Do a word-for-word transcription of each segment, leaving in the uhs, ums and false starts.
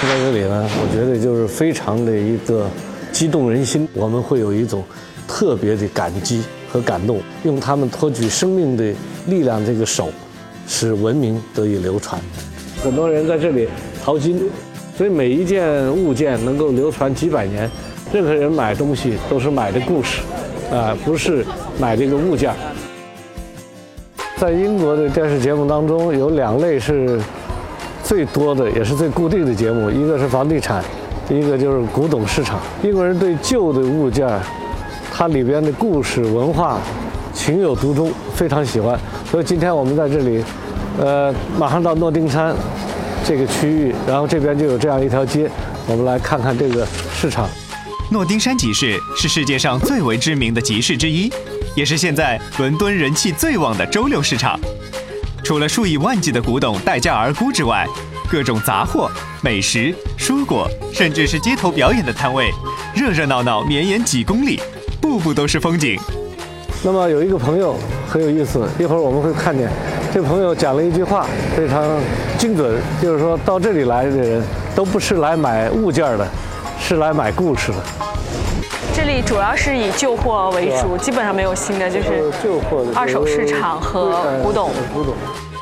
在这里呢，我觉得就是非常的一个激动人心，我们会有一种特别的感激和感动，用他们托举生命的力量这个手，使文明得以流传。很多人在这里淘金，所以每一件物件能够流传几百年。任何人买东西都是买的故事，啊、呃，不是买这个物件。在英国的电视节目当中，有两类是最多的，也是最固定的节目，一个是房地产，一个就是古董市场。英国人对旧的物件，它里边的故事文化情有独钟，非常喜欢。所以今天我们在这里，呃，马上到诺丁山这个区域，然后这边就有这样一条街，我们来看看这个市场。 诺丁山集市是世界上最为知名的集市之一，也是现在伦敦人气最旺的周六市场。除了数以万计的古董待价而沽之外，各种杂货、美食、蔬果，甚至是街头表演的摊位，热热闹闹绵延几公里，步步都是风景。 那么有一个朋友很有意思，一会儿我们会看见，这朋友讲了一句话非常精准，就是说到这里来的人都不是来买物件的，是来买故事的。 这里主要是以旧货为主，基本上没有新的，就是旧货的二手市场和古董。 古董。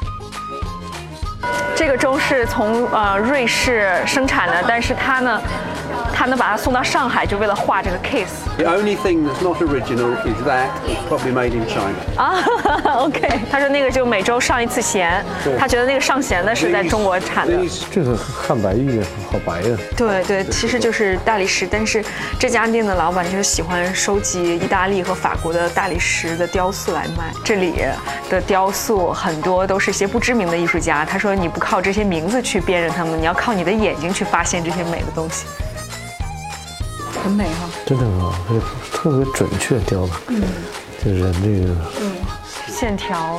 这个钟是从呃瑞士生产的，但是它呢，它能把它送到上海，就为了画这个 case。 The only thing that's not original is that it's probably made in China. 啊，OK， 他说那个就每周上一次弦，他觉得那个上弦的是在中国产的。 这个汉白玉好白呀。 对对，其实就是大理石，但是这家店的老板就是喜欢收集意大利和法国的大理石的雕塑来卖。这里的雕塑很多都是些不知名的艺术家，他说你不靠这些名字去辨认他们，你要靠你的眼睛去发现这些美的东西。很美哈， 真的很好，特别准确雕的，嗯，这人这个， 嗯，线条。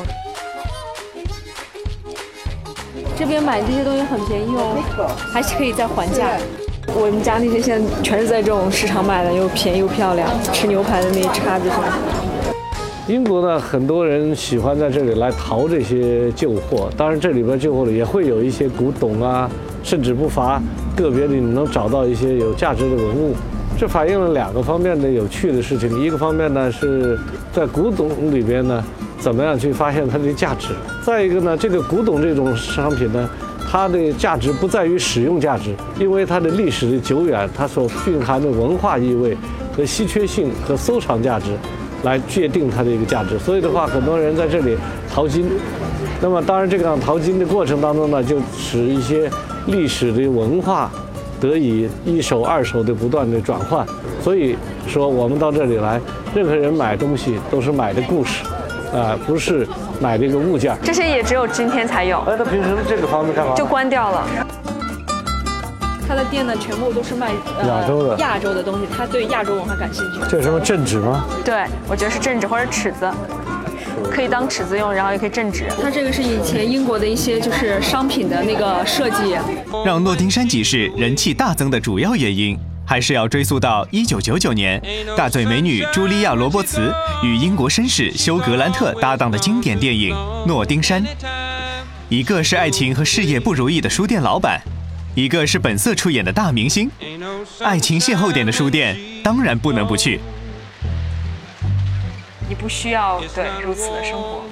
这边买这些东西很便宜哦，还是可以再还价。我们家那些现在全是在这种市场买的，又便宜又漂亮，吃牛排的那叉子什么。 英国呢，很多人喜欢在这里来淘这些旧货，当然这里边旧货里也会有一些古董啊，甚至不乏个别的你能找到一些有价值的文物。这反映了两个方面的有趣的事情，一个方面呢是在古董里边呢，怎么样去发现它的价值；再一个呢，这个古董这种商品呢，它的价值不在于使用价值，因为它的历史的久远，它所蕴含的文化意味和稀缺性和收藏价值，来界定它的一个价值。所以的话，很多人在这里淘金。那么当然，这个淘金的过程当中呢，就使一些历史的文化得以一手二手的不断的转换。所以说我们到这里来，任何人买东西都是买的故事，啊、呃，不是买这个物件。 这些也只有今天才有。 哎，他平时这个房子干嘛？ 就关掉了。 他的店呢，全部都是卖、呃、 亚洲的亚洲的东西，他对亚洲文化感兴趣。 这是什么镇纸吗？ 对，我觉得是镇纸或者尺子。可以当尺子用，然后也可以镇纸。 它这个是以前英国的一些就是商品的那个设计。 让诺丁山集市人气大增的主要原因，还是要追溯到一九九九年，大嘴美女茱莉亚·罗伯茨与英国绅士休·格兰特搭档的经典电影《诺丁山》。一个是爱情和事业不如意的书店老板，一个是本色出演的大明星。爱情邂逅点的书店，当然不能不去。 你不需要对如此的生活。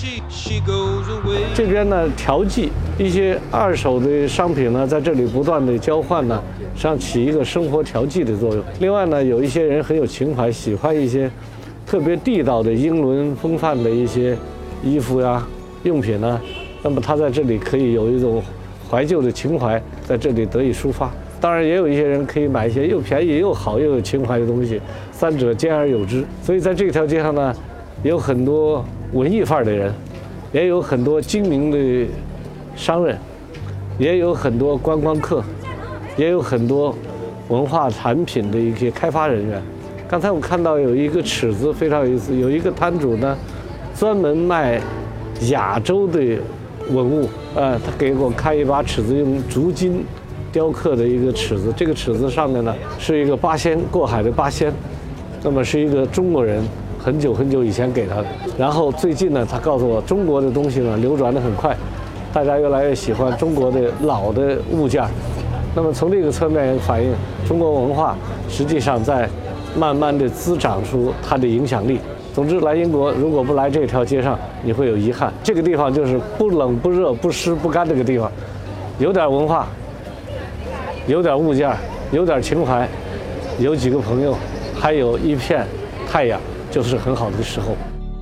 这边呢，调剂一些二手的商品呢，在这里不断的交换呢，实际上起一个生活调剂的作用。另外呢，有一些人很有情怀，喜欢一些特别地道的英伦风范的一些衣服呀、用品呢，那么他在这里可以有一种怀旧的情怀，在这里得以抒发。当然，也有一些人可以买一些又便宜又好又有情怀的东西，三者兼而有之。所以在这条街上呢，有很多文艺范儿的人，也有很多精明的商人，也有很多观光客，也有很多文化产品的一些开发人员。刚才我看到有一个尺子非常有意思，有一个摊主呢，专门卖亚洲的文物，呃，他给我看一把尺子，用竹筋雕刻的一个尺子，这个尺子上面呢是一个八仙过海的八仙，那么是一个中国人很久很久以前给他的。然后最近呢，他告诉我，中国的东西呢流转得很快，大家越来越喜欢中国的老的物件， 那么从这个侧面也反映中国文化实际上在慢慢的滋长出它的影响力。总之，来英国如果不来这条街上，你会有遗憾。这个地方就是不冷不热不湿不干这个地方，有点文化，有点物件，有点情怀，有几个朋友，还有一片太阳，就是很好的时候。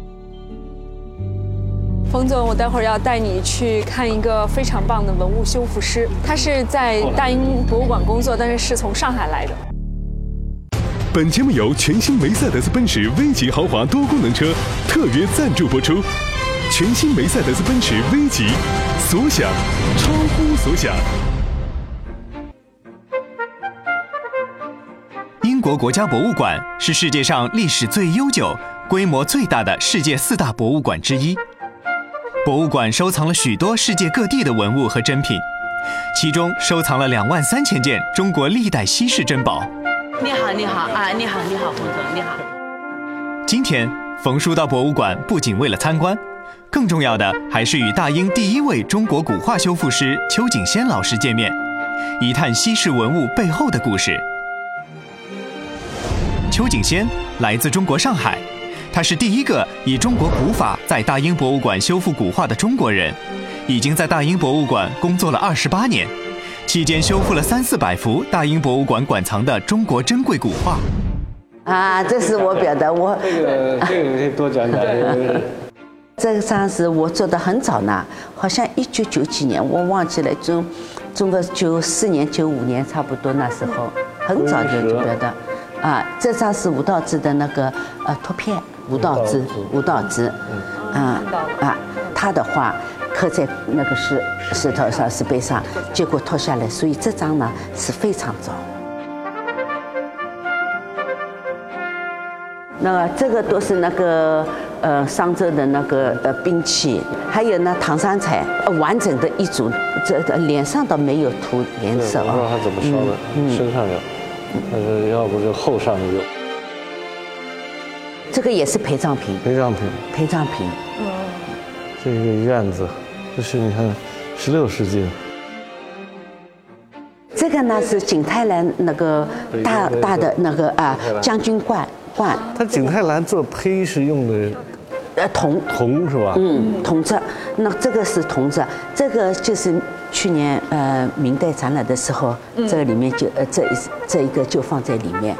冯总，我待会儿要带你去看一个非常棒的文物修复师，他是在大英博物馆工作，但是是从上海来的。 本节目由全新梅赛德斯奔驰 V 级豪华多功能车特约赞助播出。全新梅赛德斯奔驰 V 级，所想超乎所想。 英国国家博物馆是世界上历史最悠久、规模最大的世界四大博物馆之一。博物馆收藏了许多世界各地的文物和珍品，其中收藏了两万三千件中国历代稀世珍宝。 你好，你好啊，你好，你好，冯总，你好。 今天，冯叔到博物馆不仅为了参观，更重要的还是与大英第一位中国古画修复师邱景先老师见面，一探稀世文物背后的故事。邱景先来自中国上海，他是第一个以中国古法在大英博物馆修复古画的中国人，已经在大英博物馆工作了二十八年，期间修复了三四百幅大英博物馆馆藏的中国珍贵古画。 啊，这是我表的，我这个这个可以多讲讲。 这个张是我做的很早呢，好像一九九几年，我忘记了，中中国九四年、九五年差不多那时候，很早就就表的。啊，这张是吴道子的那个呃图片，吴道子，吴道子，啊啊，他的画刻在那个石石头上、石碑上，结果脱下来，所以这张呢是非常早。那个这个都是那个呃商周的那个呃兵器，还有呢唐三彩，呃完整的一组，这脸上倒没有涂颜色啊。 我不知道他怎么烧的，嗯、身上有。但是要不就后上有， 这个也是陪葬品。 陪葬品， 陪葬品。 嗯， 这个院子，这是你看，十六世纪。 这个呢是景泰蓝那个大大的那个啊将军冠冠。 它景泰蓝做胚是用的， 呃铜铜是吧？ 嗯，铜质。那这个是铜质，这个就是去年呃明代展览的时候，嗯、这个里面就呃这一这一个就放在里面。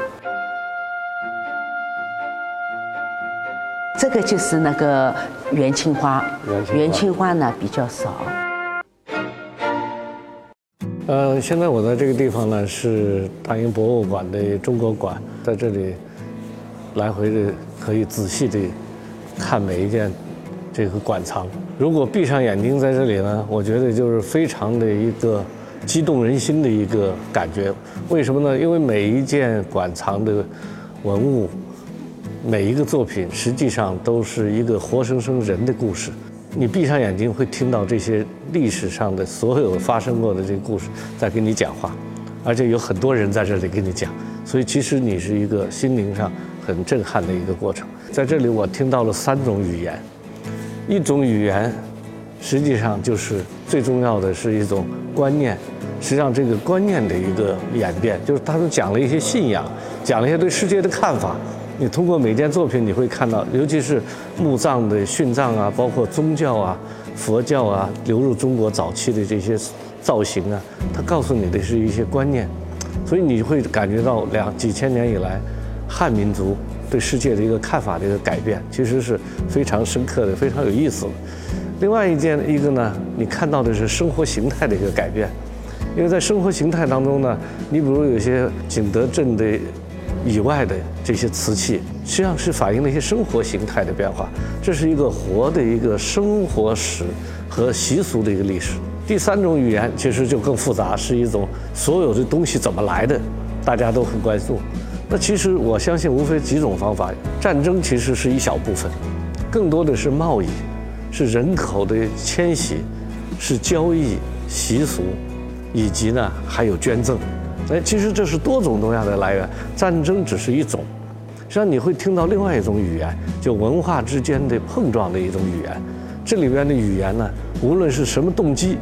这个就是那个元青花，元青花呢比较少。 呃，现在我在这个地方呢是大英博物馆的中国馆，在这里来回的可以仔细的看每一件这个馆藏。如果闭上眼睛在这里呢，我觉得就是非常的一个激动人心的一个感觉。为什么呢？因为每一件馆藏的文物，每一个作品，实际上都是一个活生生人的故事。你闭上眼睛会听到这些历史上的所有发生过的这个故事在跟你讲话，而且有很多人在这里跟你讲，所以其实你是一个心灵上很震撼的一个过程。在这里我听到了三种语言，一种语言实际上就是最重要的是一种观念，实际上这个观念的一个演变，就是他们讲了一些信仰，讲了一些对世界的看法。你通过每件作品你会看到，尤其是墓葬的殉葬啊，包括宗教啊、佛教啊流入中国早期的这些造型啊，它告诉你的是一些观念，所以你会感觉到两几千年以来汉民族对世界的一个看法的一个改变，其实是非常深刻的，非常有意思的。另外一件一个呢，你看到的是生活形态的一个改变，因为在生活形态当中呢，你比如有些景德镇的以外的这些瓷器，实际上是反映了一些生活形态的变化，这是一个活的一个生活史和习俗的一个历史。第三种语言其实就更复杂，是一种所有的东西怎么来的，大家都很关注。那其实我相信无非几种方法，战争其实是一小部分，更多的是贸易，是人口的迁徙，是交易习俗，以及呢还有捐赠。哎，其实这是多种多样的来源，战争只是一种。实际上你会听到另外一种语言，就文化之间的碰撞的一种语言。这里边的语言呢，无论是什么动机，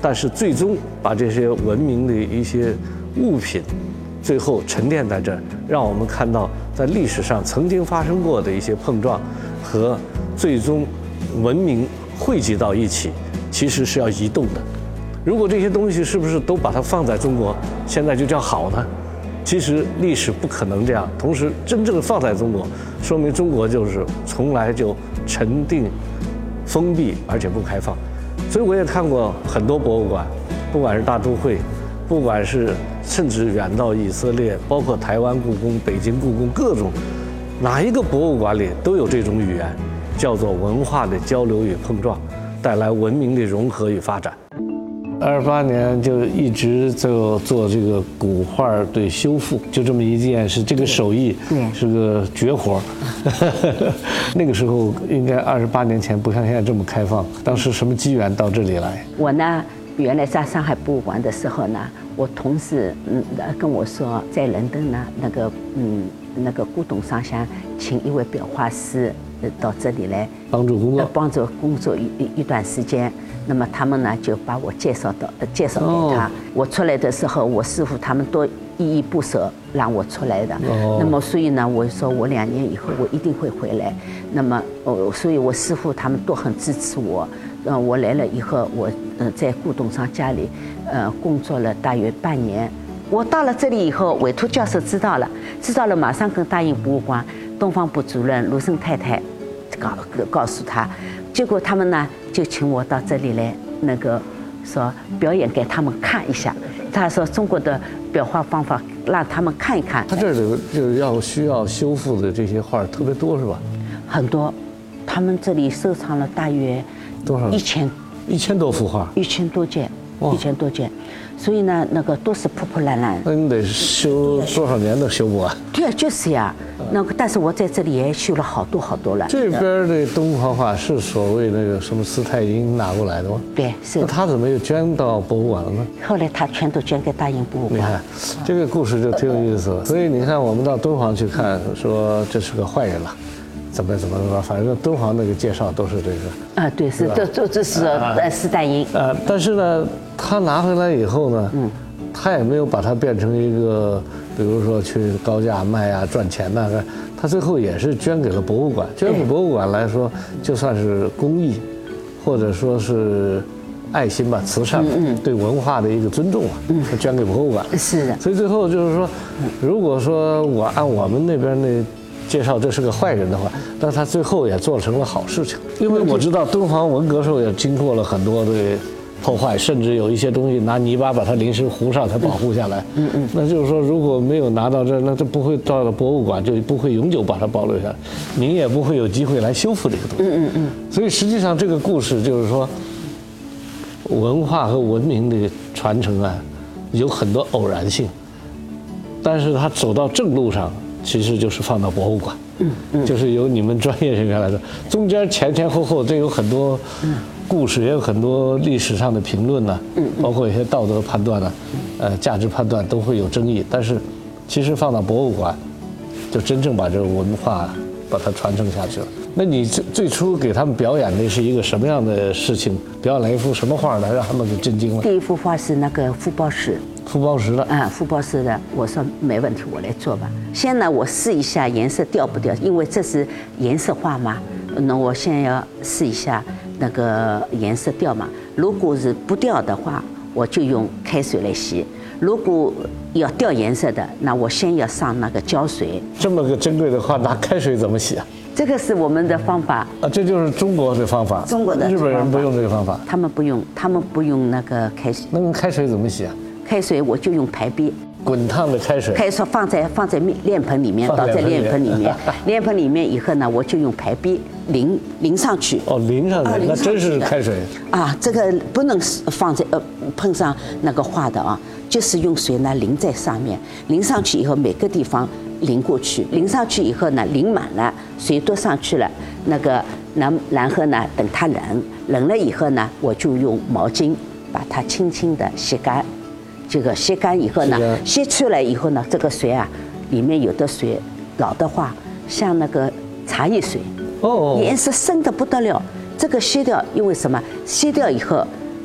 但是最终把这些文明的一些物品，最后沉淀在这儿，让我们看到在历史上曾经发生过的一些碰撞，和最终文明汇集到一起，其实是要移动的。如果这些东西是不是都把它放在中国，现在就叫好呢？其实历史不可能这样。同时，真正放在中国，说明中国就是从来就沉定、封闭而且不开放。所以我也看过很多博物馆，不管是大都会，不管是甚至远到以色列，包括台湾故宫、北京故宫，各种哪一个博物馆里都有这种语言，叫做文化的交流与碰撞，带来文明的融合与发展。二八年就一直就做这个古画的修复，就这么一件事，这个手艺是个绝活。那个时候应该二十八年前，不像现在这么开放。当时什么机缘到这里来？ 我呢，原来在上海博物馆的时候呢，我同事嗯跟我说，在伦敦呢那个嗯那个古董商想请一位裱画师到这里来帮助工作， 帮助工作一一段时间。那么他们呢就把我介绍到介绍给他。哦、我出来的时候，我师傅他们都依依不舍让我出来的。哦、那么所以呢，我说我两年以后我一定会回来。那么哦，所以我师傅他们都很支持我。呃，我来了以后，我呃在古董商家里呃工作了大约半年。我到了这里以后，委托教授知道了，知道了马上跟大英博物馆东方部主任卢生太太告告诉他。结果他们呢就请我到这里来，那个说表演给他们看一下。他说中国的裱画方法让他们看一看。 他这里就是要需要修复的这些画特别多是吧？ 很多，他们这里收藏了大约多少？ 一千一千多幅画， 一千多件，一千多件。所以呢，那个都是破破烂烂。 那你得修多少年都修不完。 对啊，就是呀。那个，但是我在这里也修了好多好多了。 这边的东方画是所谓那个什么斯泰因拿过来的吗？ 对，是。 那他怎么又捐到博物馆了呢？ 后来他全都捐给大英博物馆。 你看，这个故事就挺有意思了。所以你看，我们到敦煌去看，说这是个坏人了。怎么怎么怎么，反正敦煌那个介绍都是这个啊，对，是这这这是呃斯坦因呃，但是呢，他拿回来以后呢，嗯，他也没有把它变成一个，比如说去高价卖啊赚钱那个，他最后也是捐给了博物馆。捐给博物馆来说，就算是公益，或者说是爱心吧，慈善吧，嗯嗯对文化的一个尊重嘛，嗯，捐给博物馆。 是的。 所以最后就是说，如果说我按我们那边的介绍这是个坏人的话，但他最后也做成了好事情。因为我知道敦煌文革时候也经过了很多的破坏，甚至有一些东西拿泥巴把它临时糊上才保护下来。嗯嗯。那就是说，如果没有拿到这，那就不会到了博物馆，就不会永久把它保留下来，您也不会有机会来修复这个东西。嗯嗯嗯。所以实际上这个故事就是说，文化和文明的传承啊，有很多偶然性，但是它走到正路上。其实就是放到博物馆，嗯嗯，就是由你们专业人员来说，中间前前后后这有很多故事，也有很多历史上的评论呢，嗯，包括一些道德判断呢，呃，价值判断都会有争议。但是，其实放到博物馆，就真正把这个文化把它传承下去了。那你最最初给他们表演的是一个什么样的事情？表演了一幅什么画呢？让他们给震惊了。 第一幅画是那个傅抱石。 傅抱石的啊，傅抱石的，我说没问题，我来做吧。先呢，我试一下颜色掉不掉，因为这是颜色画嘛。那我先要试一下那个颜色掉嘛。如果是不掉的话，我就用开水来洗；如果要掉颜色的，那我先要上那个胶水。 这么个珍贵的画，拿开水怎么洗啊？ 这个是我们的方法啊，这就是中国的方法。 中国的日本人不用这个方法， 他们不用，他们不用那个开水。 那用开水怎么洗啊？ 开水我就用排逼， 滚烫的开水， 开水放在放在脸盆里面，倒在脸盆里面，脸盆里面以后呢，我就用排逼淋淋上去。 哦，淋上去，啊、那真是开水啊！这个不能放在呃碰上那个画的啊，就是用水呢淋在上面，淋上去以后每个地方淋过去，淋上去以后呢淋满了，水都上去了，那个然然后呢等它冷，冷了以后呢，我就用毛巾把它轻轻的吸干。这个吸干以后呢，吸出来以后呢，这个水啊，里面有的水老的话像那个茶叶水，哦，颜色深的不得了。这个吸掉，因为什么？吸掉以后，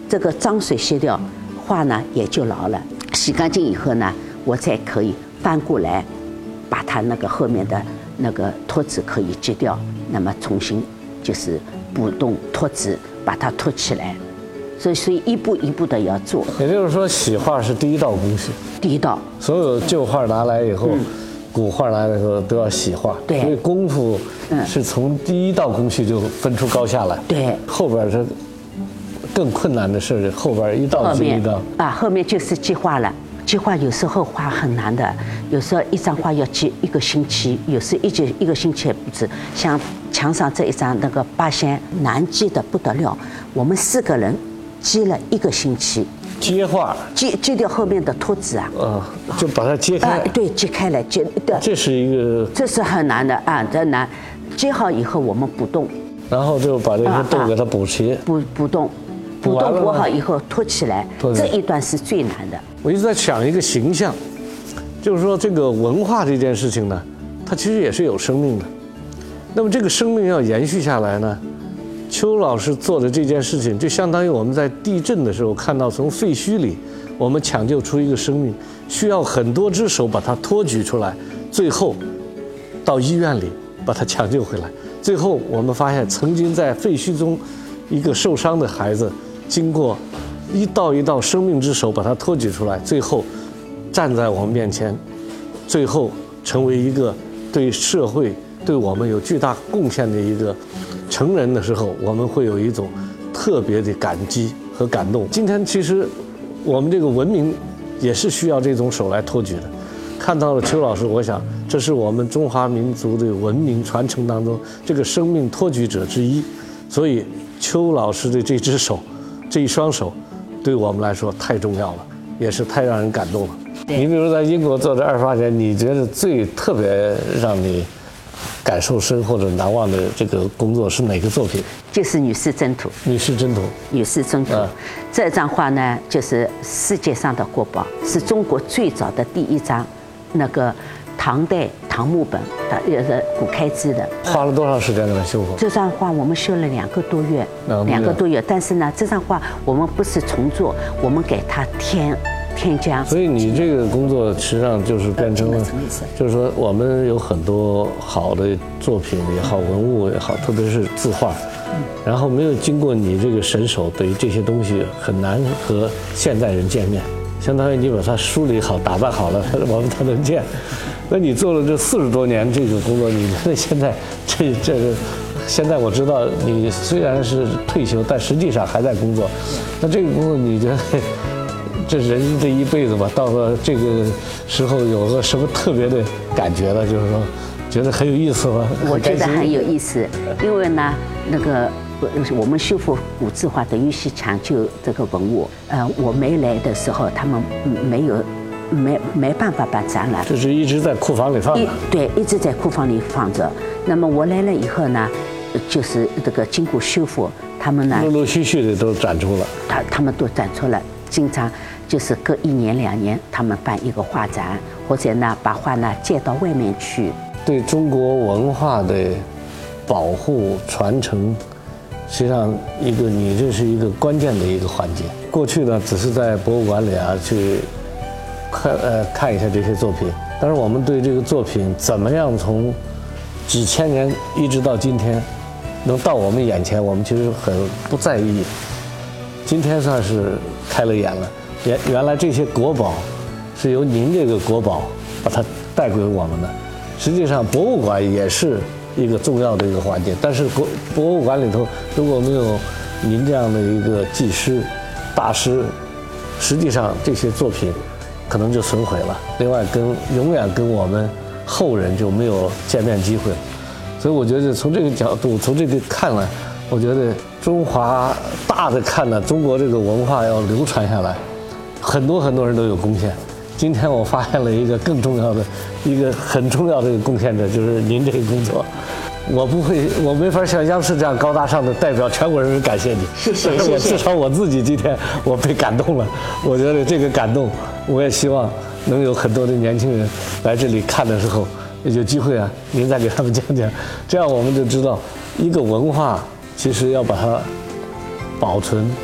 这个脏水卸掉，画呢也就牢了。洗干净以后呢，我再可以翻过来，把它那个后面的那个托纸可以揭掉，那么重新就是补动托纸，把它托起来。所以，所以一步一步的要做。 也就是说，洗画是第一道工序。 第一道， 所有旧画拿来以后， 嗯、 古画拿来以后都要洗画。 对， 所以功夫是从第一道工序就分出高下来。 对， 后边是更困难的事，后边一道接一道。 啊，后面就是接画了。接画有时候画很难的，有时候一张画要接一个星期，有时一节一个星期也不止。像墙上这一张那个八仙难接的不得了，我们四个人接了一个星期。 接画， 接接掉后面的托纸啊， 呃，就把它揭开。 啊，对，揭开来，揭的。 这是一个， 这是很难的啊，这难。接好以后我们补洞， 然后就把这些洞给它补齐。 补补洞，补洞补好以后托起来，这一段是最难的。 我一直在想一个形象，就是说这个文化这件事情呢，它其实也是有生命的。那么这个生命要延续下来呢，邱老师做的这件事情，就相当于我们在地震的时候看到从废墟里我们抢救出一个生命，需要很多只手把它托举出来，最后到医院里把它抢救回来。最后我们发现，曾经在废墟中一个受伤的孩子，经过一道一道生命之手把它托举出来，最后站在我们面前，最后成为一个对社会对我们有巨大贡献的一个成人的时候，我们会有一种特别的感激和感动。今天其实我们这个文明也是需要这种手来托举的。看到了邱老师，我想这是我们中华民族的文明传承当中这个生命托举者之一。所以邱老师的这只手，这一双手，对我们来说太重要了，也是太让人感动了。你比如在英国做这二十八年，你觉得最特别让你感受深或者难忘的这个工作是哪个作品？ 就是《女士征途》。 女士征途。 女士征途， 啊、 这张画呢，就是世界上的国宝，是中国最早的第一张，那个唐代唐木本，也是古开支的。 花了多长时间给它修复？ 这张画我们修了两个多月，两个多月。但是呢，这张画我们不是重做，我们给它添。添加， 所以你这个工作实际上就是变成了，就是说我们有很多好的作品也好，文物也好，特别是字画，然后没有经过你这个神手，对于这些东西很难和现代人见面。相当于你把它梳理好、打扮好了，我们才能见。那你做了这四十多年这个工作，你觉得现在这这个？现在我知道你虽然是退休，但实际上还在工作。那这个工作你觉得？这人这一辈子吧，到了这个时候有个什么特别的感觉了？就是说，觉得很有意思吗？ 我觉得很有意思，因为呢，那个我们修复古字画等于是抢救这个文物。呃，我没来的时候，他们没有没没办法办展览， 就是一直在库房里放着。 对，一直在库房里放着。那么我来了以后呢，就是这个经过修复，他们呢陆陆续续的都展出了。 他他们都展出了，经常。就是隔一年两年，他们办一个画展，或者呢把画呢借到外面去。 对中国文化的保护传承，实际上一个你这是一个关键的一个环节。过去呢只是在博物馆里啊去看呃看一下这些作品，但是我们对这个作品怎么样从几千年一直到今天能到我们眼前，我们其实很不在意。今天算是开了眼了。原原来这些国宝是由您这个国宝把它带给我们的。实际上博物馆也是一个重要的一个环节，但是国博物馆里头如果没有您这样的一个技师大师，实际上这些作品可能就损毁了，另外跟永远跟我们后人就没有见面机会。所以我觉得从这个角度，从这个看来，我觉得中华大的看呢，中国这个文化要流传下来，很多很多人都有贡献。今天我发现了一个更重要的、一个很重要的一个贡献者，就是您这个工作。我不会，我没法像央视这样高大上的代表全国人民感谢你。 谢谢谢谢。 我至少我自己今天我被感动了。我觉得这个感动，我也希望能有很多的年轻人来这里看的时候，有机会啊，您再给他们讲讲，这样我们就知道，一个文化其实要把它保存、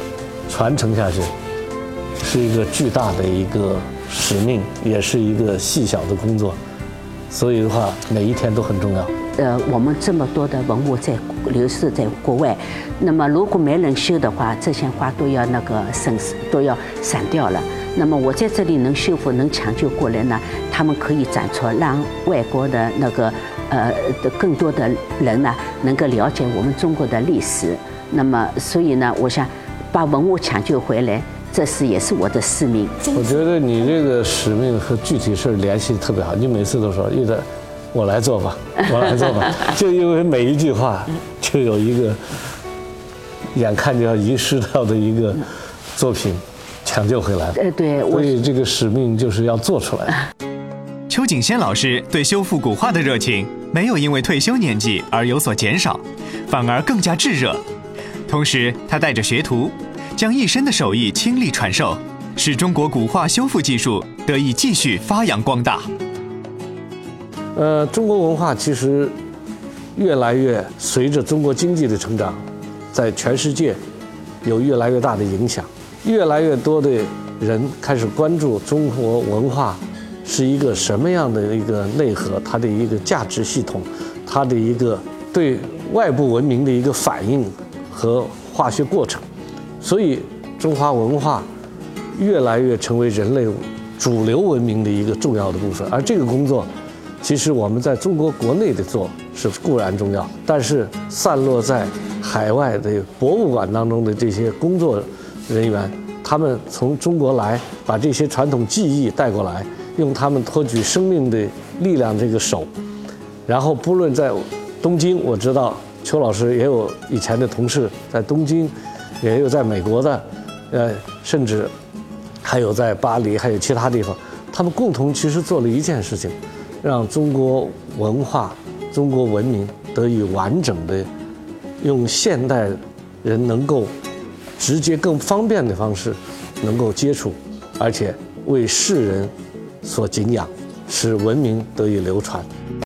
传承下去，是一个巨大的一个使命，也是一个细小的工作。所以的话，每一天都很重要。 呃，我们这么多的文物在流失在国外，那么如果没人修的话，这些花都要那个损失，都要散掉了。那么我在这里能修复、能抢救过来呢，他们可以展出，让外国的那个呃的更多的人呢能够了解我们中国的历史。那么，所以呢，我想把文物抢救回来，这是也是我的使命。 我觉得你这个使命和具体事儿联系特别好，你每次都说玉德，我来做吧，我来做吧，就因为每一句话就有一个眼看就要遗失掉的一个作品抢救回来了。 呃，对， 所以这个使命就是要做出来。 邱景先老师对修复古画的热情没有因为退休年纪而有所减少，反而更加炙热。同时，他带着学徒，将一身的手艺倾力传授，使中国古画修复技术得以继续发扬光大。 呃，中国文化其实越来越随着中国经济的成长，在全世界有越来越大的影响，越来越多的人开始关注中国文化是一个什么样的一个内核，它的一个价值系统，它的一个对外部文明的一个反应和化学过程，所以中华文化越来越成为人类主流文明的一个重要的部分。而这个工作，其实我们在中国国内的做是固然重要，但是散落在海外的博物馆当中的这些工作人员，他们从中国来，把这些传统技艺带过来，用他们托举生命的力量这个手，然后不论在东京，我知道邱老师也有以前的同事在东京，也有在美国的，呃，甚至还有在巴黎，还有其他地方，他们共同其实做了一件事情，让中国文化、中国文明得以完整的用现代人能够直接更方便的方式能够接触，而且为世人所敬仰，使文明得以流传。